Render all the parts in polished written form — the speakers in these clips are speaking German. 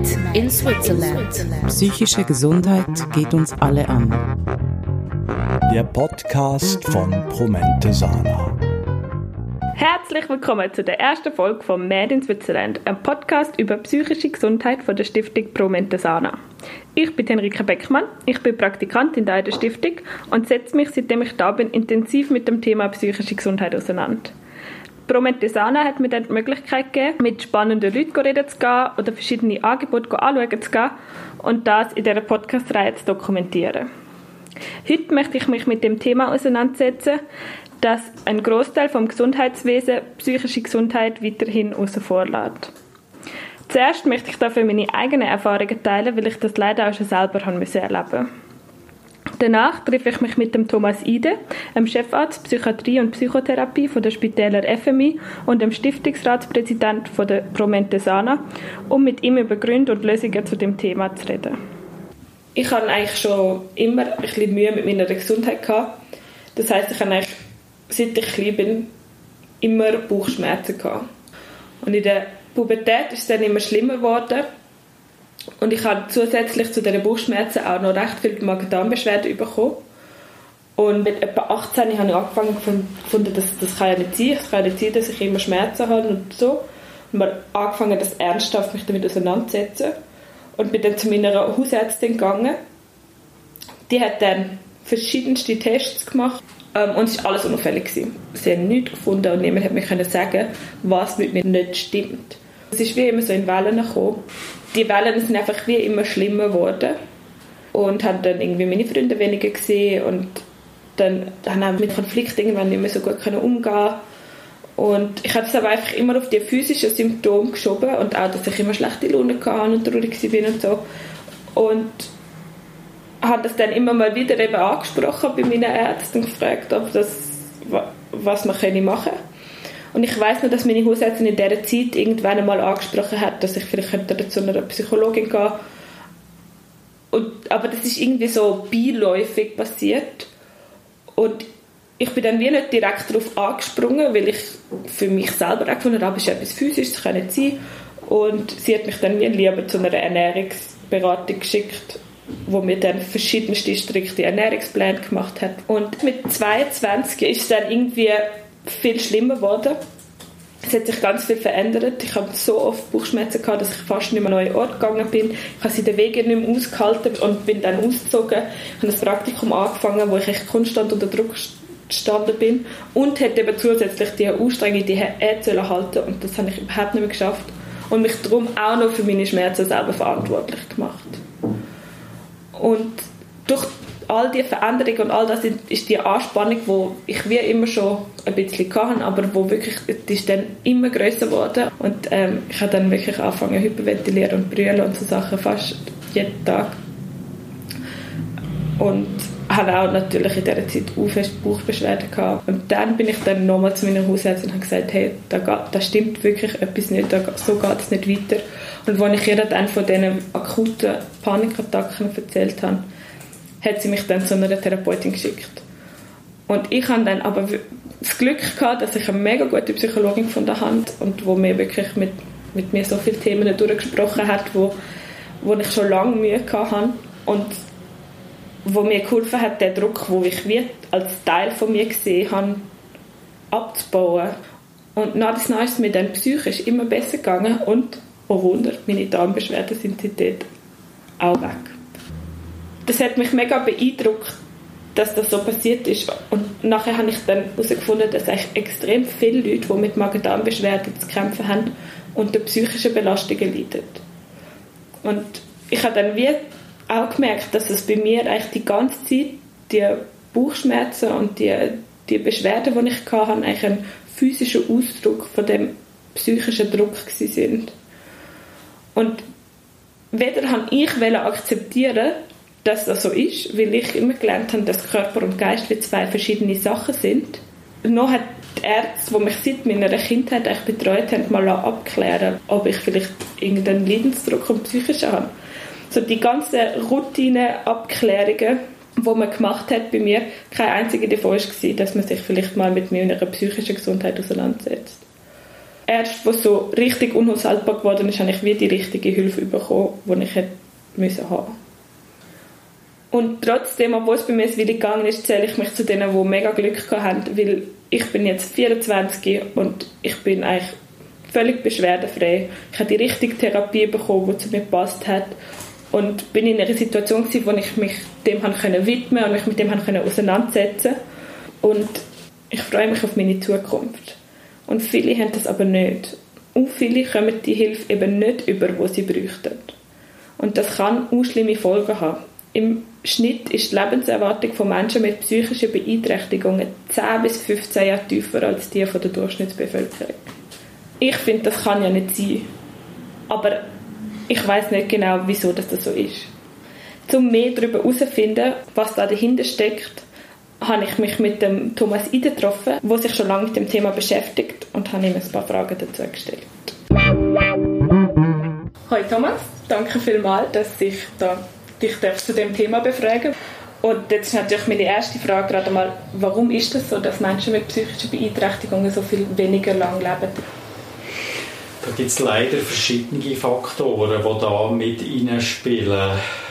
Made in Switzerland. Psychische Gesundheit geht uns alle an. Der Podcast von Promente Sana. Herzlich willkommen zu der ersten Folge von Made in Switzerland, einem Podcast über psychische Gesundheit von der Stiftung Promente Sana. Ich bin Henrike Beckmann, ich bin Praktikantin in der Stiftung und setze mich, seitdem ich da bin, intensiv mit dem Thema psychische Gesundheit auseinander. Promente Sana hat mir dann die Möglichkeit gegeben, mit spannenden Leuten reden zu gehen oder verschiedene Angebote anschauen zu gehen und das in dieser Podcast-Reihe zu dokumentieren. Heute möchte ich mich mit dem Thema auseinandersetzen, dass ein Großteil vom Gesundheitswesen psychische Gesundheit weiterhin außen vor lässt. Zuerst möchte ich dafür meine eigenen Erfahrungen teilen, weil ich das leider auch schon selber erleben musste. Danach treffe ich mich mit dem Thomas Ide, dem Chefarzt Psychiatrie und Psychotherapie von der Spitäler FMI und dem Stiftungsratspräsident von der Promente Sana, um mit ihm über Gründe und Lösungen zu dem Thema zu reden. Ich hatte eigentlich schon immer ein bisschen Mühe mit meiner Gesundheit gehabt. Das heisst, ich habe eigentlich, seit ich klein bin, immer Bauchschmerzen gehabt. Und in der Pubertät ist es dann immer schlimmer geworden. Und ich habe zusätzlich zu diesen Bauchschmerzen auch noch recht viele Magen-Darm-Beschwerden bekommen. Und mit etwa 18 habe ich angefangen gefunden, das kann ja nicht sein. Es kann ja nicht sein, dass ich immer Schmerzen habe und so. Und habe angefangen, das ernsthaft mich damit auseinanderzusetzen. Und bin dann zu meiner Hausärztin gegangen. Die hat dann verschiedenste Tests gemacht. Und es war alles unauffällig. Sie haben nichts gefunden und niemand konnte mir sagen, was mit mir nicht stimmt. Es ist wie immer so in Wellen gekommen. Die Wellen sind einfach wie immer schlimmer geworden. Und haben dann irgendwie meine Freunde weniger gesehen. Und dann haben wir mit Konflikten irgendwann nicht mehr so gut umgehen. Und ich habe es aber einfach immer auf die physischen Symptome geschoben. Und auch, dass ich immer schlechte Laune hatte und traurig war und so. Und habe das dann immer mal wieder eben angesprochen bei meinen Ärzten und gefragt, ob das, was man machen könnte. Und ich weiss noch, dass meine Hausärztin in dieser Zeit irgendwann einmal angesprochen hat, dass ich vielleicht zu einer Psychologin gehen könnte. Aber das ist irgendwie so beiläufig passiert. Und ich bin dann wie nicht direkt darauf angesprungen, weil ich für mich selber auch gefunden habe, es ist etwas Physisches, das kann nicht sein. Und sie hat mich dann wie lieber zu einer Ernährungsberatung geschickt, wo mir dann verschiedenste strikte Ernährungspläne gemacht hat. Und mit 22 ist es dann irgendwie viel schlimmer geworden. Es hat sich ganz viel verändert. Ich habe so oft Bauchschmerzen gehabt, dass ich fast nicht mehr an einen neuen Ort gegangen bin. Ich habe sie den Weg nicht mehr ausgehalten und bin dann ausgezogen. Ich habe ein Praktikum angefangen, wo ich echt konstant unter Druck gestanden bin und hätte eben zusätzlich die Anstrengung, die zu halten, und das habe ich überhaupt nicht mehr geschafft und mich darum auch noch für meine Schmerzen selber verantwortlich gemacht. Und durch all diese Veränderungen und all das ist die Anspannung, die ich wie immer schon ein bisschen hatte, aber wo wirklich, die ist dann immer grösser geworden. Und ich habe dann wirklich angefangen hyperventilieren und brüllen und so Sachen fast jeden Tag. Und habe auch natürlich in dieser Zeit auch fest Bauchbeschwerden gehabt. Und dann bin ich dann nochmal zu meiner Hausärztin und habe gesagt, hey, da stimmt wirklich etwas nicht, so geht es nicht weiter. Und als ich ihr dann von diesen akuten Panikattacken erzählt habe, hat sie mich dann zu einer Therapeutin geschickt. Und ich habe dann aber das Glück gehabt, dass ich eine mega gute Psychologin gefunden habe und wo mir wirklich mit mir so viele Themen durchgesprochen hat, wo ich schon lange Mühe hatte und wo mir geholfen hat, den Druck, den ich wie als Teil von mir gesehen habe, abzubauen. Und nach das Neue ist mir dann psychisch immer besser gegangen und, oh Wunder, meine Darmbeschwerden sind seitdem auch weg. Das hat mich mega beeindruckt, dass das so passiert ist. Und nachher habe ich dann herausgefunden, dass eigentlich extrem viele Leute, die mit Magen-Darm-Beschwerden zu kämpfen haben, unter psychischen Belastungen leiden. Und ich habe dann wie auch gemerkt, dass es bei mir eigentlich die ganze Zeit die Bauchschmerzen und die Beschwerden, die ich hatte, eigentlich ein physischer Ausdruck von dem psychischen Druck waren. Und weder habe ich akzeptieren, dass das so ist, weil ich immer gelernt habe, dass Körper und Geist wie zwei verschiedene Sachen sind. Noch hat die Ärzte, die mich seit meiner Kindheit eigentlich betreut haben, mal abklären, ob ich vielleicht irgendeinen Leidensdruck und psychischen habe. So die ganzen Routine-Abklärungen, die man gemacht hat bei mir, keine einzige davon war, dass man sich vielleicht mal mit meiner psychischen Gesundheit auseinandersetzt. erst, als es so richtig unaushaltbar geworden ist, habe ich wie die richtige Hilfe bekommen, die ich hätte müssen haben. Und trotzdem, obwohl es bei mir wieder gegangen ist, zähle ich mich zu denen, die mega Glück gehabt haben, weil ich bin jetzt 24 und ich bin eigentlich völlig beschwerdefrei. Ich habe die richtige Therapie bekommen, die zu mir gepasst hat und bin in einer Situation gewesen, wo ich mich dem widmen konnte und mich mit dem auseinandersetzen konnte. Und ich freue mich auf meine Zukunft. Und viele haben das aber nicht. Und viele kommen die Hilfe eben nicht über, die sie bräuchten. Und das kann auch schlimme Folgen haben. Im Schnitt ist die Lebenserwartung von Menschen mit psychischen Beeinträchtigungen 10 bis 15 Jahre tiefer als die von der Durchschnittsbevölkerung. Ich finde, das kann ja nicht sein. Aber ich weiß nicht genau, wieso das so ist. Um mehr darüber herauszufinden, was da dahinter steckt, habe ich mich mit dem Thomas Ide getroffen, der sich schon lange mit dem Thema beschäftigt, und habe ihm ein paar Fragen dazu gestellt. Hallo Thomas, danke vielmals, dass ich dich zu dem Thema befragen darf. Und jetzt ist natürlich meine erste Frage gerade mal, warum ist es das so, dass Menschen mit psychischen Beeinträchtigungen so viel weniger lang leben? Da gibt es leider verschiedene Faktoren, die da mit hineinspielen.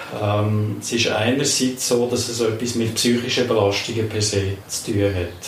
Es ist einerseits so, dass es etwas mit psychischen Belastungen per se zu tun hat.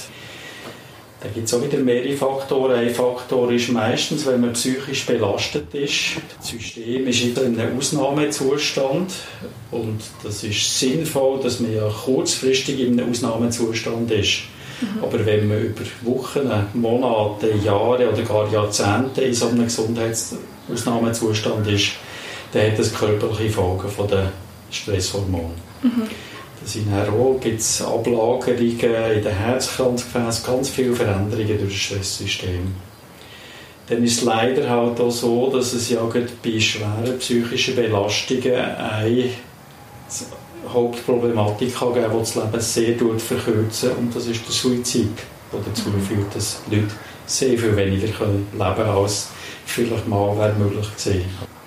Da gibt es auch wieder mehrere Faktoren. Ein Faktor ist meistens, wenn man psychisch belastet ist. Das System ist wieder in einem Ausnahmezustand. Und das ist sinnvoll, dass man ja kurzfristig in einem Ausnahmezustand ist. Aber wenn man über Wochen, Monate, Jahre oder gar Jahrzehnte in so einem Gesundheitsausnahmezustand ist, dann hat das körperliche Folgen von den Stresshormonen. Das sind auch, gibt es Ablagerungen in den Herzkranzgefäßen, ganz viele Veränderungen durch das Stresssystem. Dann ist es leider halt auch so, dass es ja bei schweren psychischen Belastungen eine Hauptproblematik kann geben, die das Leben sehr verkürzen, und das ist der Suizid, der dazu führt, dass Leute sehr viel weniger leben können, als vielleicht mal wäre möglich gewesen.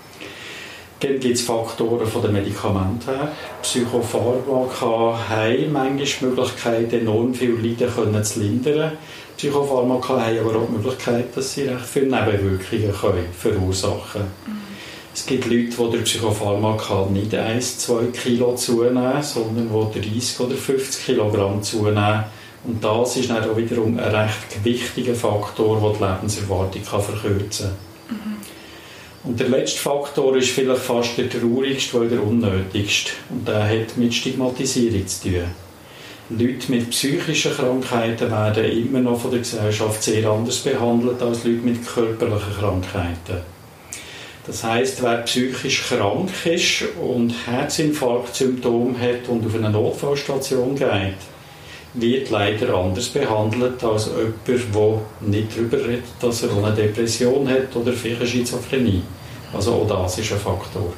Dann gibt es Faktoren von den Medikamenten her. Psychopharmaka haben manchmal die Möglichkeit, enorm viel Leiden zu lindern. Psychopharmaka haben aber auch die Möglichkeit, dass sie recht viele Nebenwirkungen verursachen können. Es gibt Leute, die durch Psychopharmaka nicht 1-2 Kilo zunehmen, sondern die 30 oder 50 Kilogramm zunehmen. Und das ist dann auch wiederum ein recht gewichtiger Faktor, der die Lebenserwartung verkürzen kann. Und der letzte Faktor ist vielleicht fast der traurigste, weil der unnötigste. Und der hat mit Stigmatisierung zu tun. Leute mit psychischen Krankheiten werden immer noch von der Gesellschaft sehr anders behandelt als Leute mit körperlichen Krankheiten. Das heisst, wer psychisch krank ist und Herzinfarktsymptome hat und auf eine Notfallstation geht, wird leider anders behandelt als jemand, der nicht darüber redet, dass er eine Depression hat oder vielleicht eine Schizophrenie. Also auch das ist ein Faktor.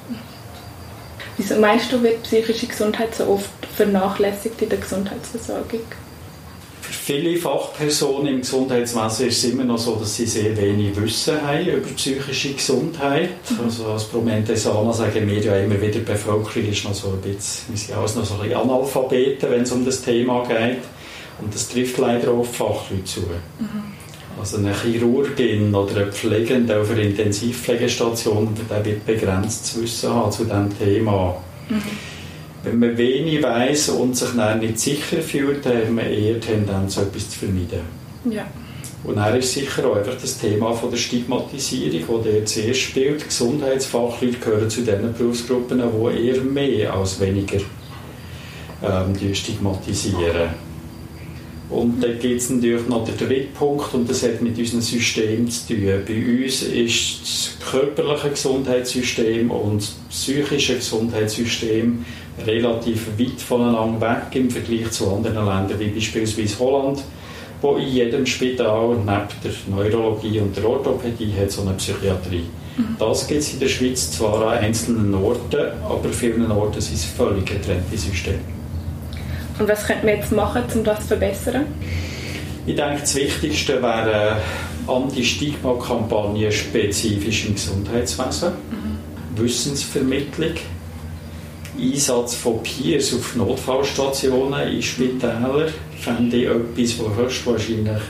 Wieso meinst du, wird psychische Gesundheit so oft vernachlässigt in der Gesundheitsversorgung? Für viele Fachpersonen im Gesundheitswesen ist es immer noch so, dass sie sehr wenig Wissen haben über psychische Gesundheit. Also als Promente Sana sagen wir ja immer wieder, die Bevölkerung ist noch so ein bisschen, wir sind alles noch so ein bisschen Analphabeten, wenn es um das Thema geht. Und das trifft leider auch auf Fachleute zu. Also eine Chirurgin oder ein Pflegender auf einer Intensivpflegestation, der wird begrenztes Wissen haben zu diesem Thema. Wenn man wenig weiss und sich dann nicht sicher fühlt, dann hat man eher Tendenz, etwas zu vermeiden. Ja. Und dann ist sicher auch einfach das Thema von der Stigmatisierung, das dort zuerst spielt. Gesundheitsfachleute gehören zu den Berufsgruppen, die eher mehr als weniger stigmatisieren. Und dann gibt es natürlich noch den dritten Punkt, und das hat mit unserem System zu tun. Bei uns ist das körperliche Gesundheitssystem und das psychische Gesundheitssystem relativ weit voneinander weg im Vergleich zu anderen Ländern, wie beispielsweise Holland, wo in jedem Spital neben der Neurologie und der Orthopädie hat so eine Psychiatrie. Das gibt es in der Schweiz zwar an einzelnen Orten, aber an vielen Orten sind es völlig getrennte Systeme. Und was könnte man jetzt machen, um das zu verbessern? Ich denke, das Wichtigste wäre Anti-Stigma-Kampagne spezifisch im Gesundheitswesen, Wissensvermittlung, Einsatz von Peers auf Notfallstationen in Spitälern, fände ich etwas, was höchstwahrscheinlich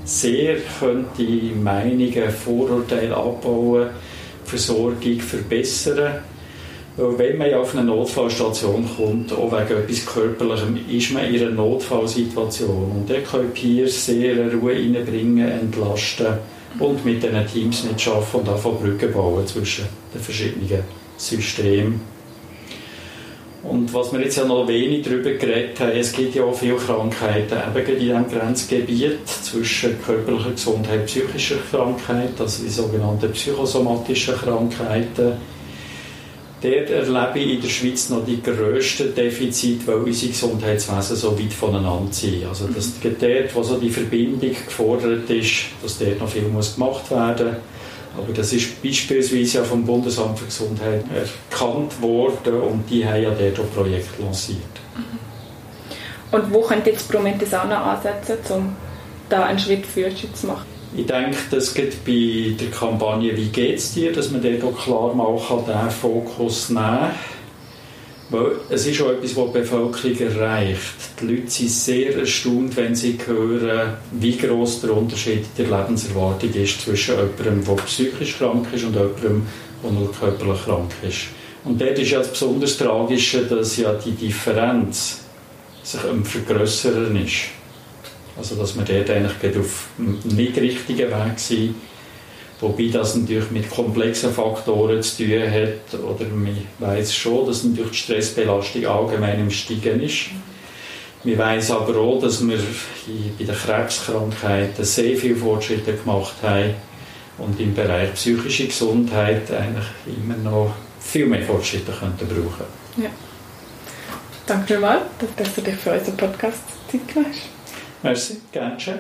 sehr könnte Meinungen, Vorurteile abbauen, die Versorgung verbessern. Weil wenn man auf eine Notfallstation kommt, auch wegen etwas Körperlichem, ist man in einer Notfallsituation. Und der kann Peers sehr Ruhe reinbringen, entlasten und mit diesen Teams mitarbeiten und anfangen Brücken bauen zwischen den verschiedenen Systemen. Und was wir jetzt ja noch wenig darüber geredet haben, es gibt ja auch viele Krankheiten, eben in diesem Grenzgebiet zwischen körperlicher Gesundheit und psychischer Krankheit, also die sogenannten psychosomatischen Krankheiten. Dort erlebe ich in der Schweiz noch die grössten Defizite, weil unsere Gesundheitswesen so weit voneinander sind. Also dass dort, wo so die Verbindung gefordert ist, dass dort noch viel gemacht werden muss. Aber das ist beispielsweise ja vom Bundesamt für Gesundheit erkannt worden und die haben ja dort auch Projekte lanciert. Und wo könnte jetzt Promentesana ansetzen, um da einen Schritt für zu machen? Ich denke, das geht bei der Kampagne «Wie geht's dir?», dass man dort auch klar mal diesen Fokus nehmen kann. Weil es ist auch etwas, das die Bevölkerung erreicht. Die Leute sind sehr erstaunt, wenn sie hören, wie gross der Unterschied in der Lebenserwartung ist zwischen jemandem, der psychisch krank ist und jemandem, der nur körperlich krank ist. Und dort ist ja das besonders Tragische, dass ja die Differenz sich am Vergrössern ist. Also dass wir dort eigentlich auf dem nicht richtigen Weg sind. Wobei das natürlich mit komplexen Faktoren zu tun hat. Oder man weiss schon, dass natürlich die Stressbelastung allgemein im Steigen ist. Man weiss aber auch, dass wir bei den Krebskrankheiten sehr viele Fortschritte gemacht haben und im Bereich psychische Gesundheit eigentlich immer noch viel mehr Fortschritte könnten brauchen. Ja. Danke vielmals, dass du dich für unseren Podcast Zeit genommen hast. Merci, gerne schön.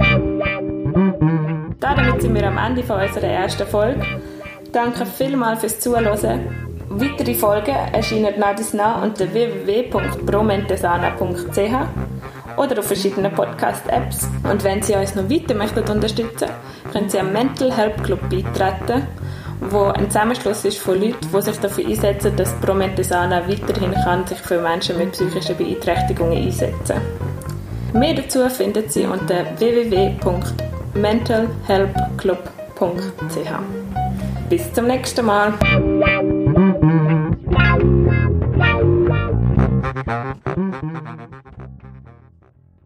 Damit sind wir am Ende von unserer ersten Folge. Danke vielmals fürs Zuhören. Weitere Folgen erscheinen nach dies nach unter www.promentesana.ch oder auf verschiedenen Podcast-Apps. Und wenn Sie uns noch weiter unterstützen möchten, können Sie am Mental Help Club beitreten, wo ein Zusammenschluss ist von Leuten, die sich dafür einsetzen, dass Promentesana weiterhin sich für Menschen mit psychischen Beeinträchtigungen einsetzen kann. Mehr dazu finden Sie unter www.mentalhelpclub.ch. Bis zum nächsten Mal.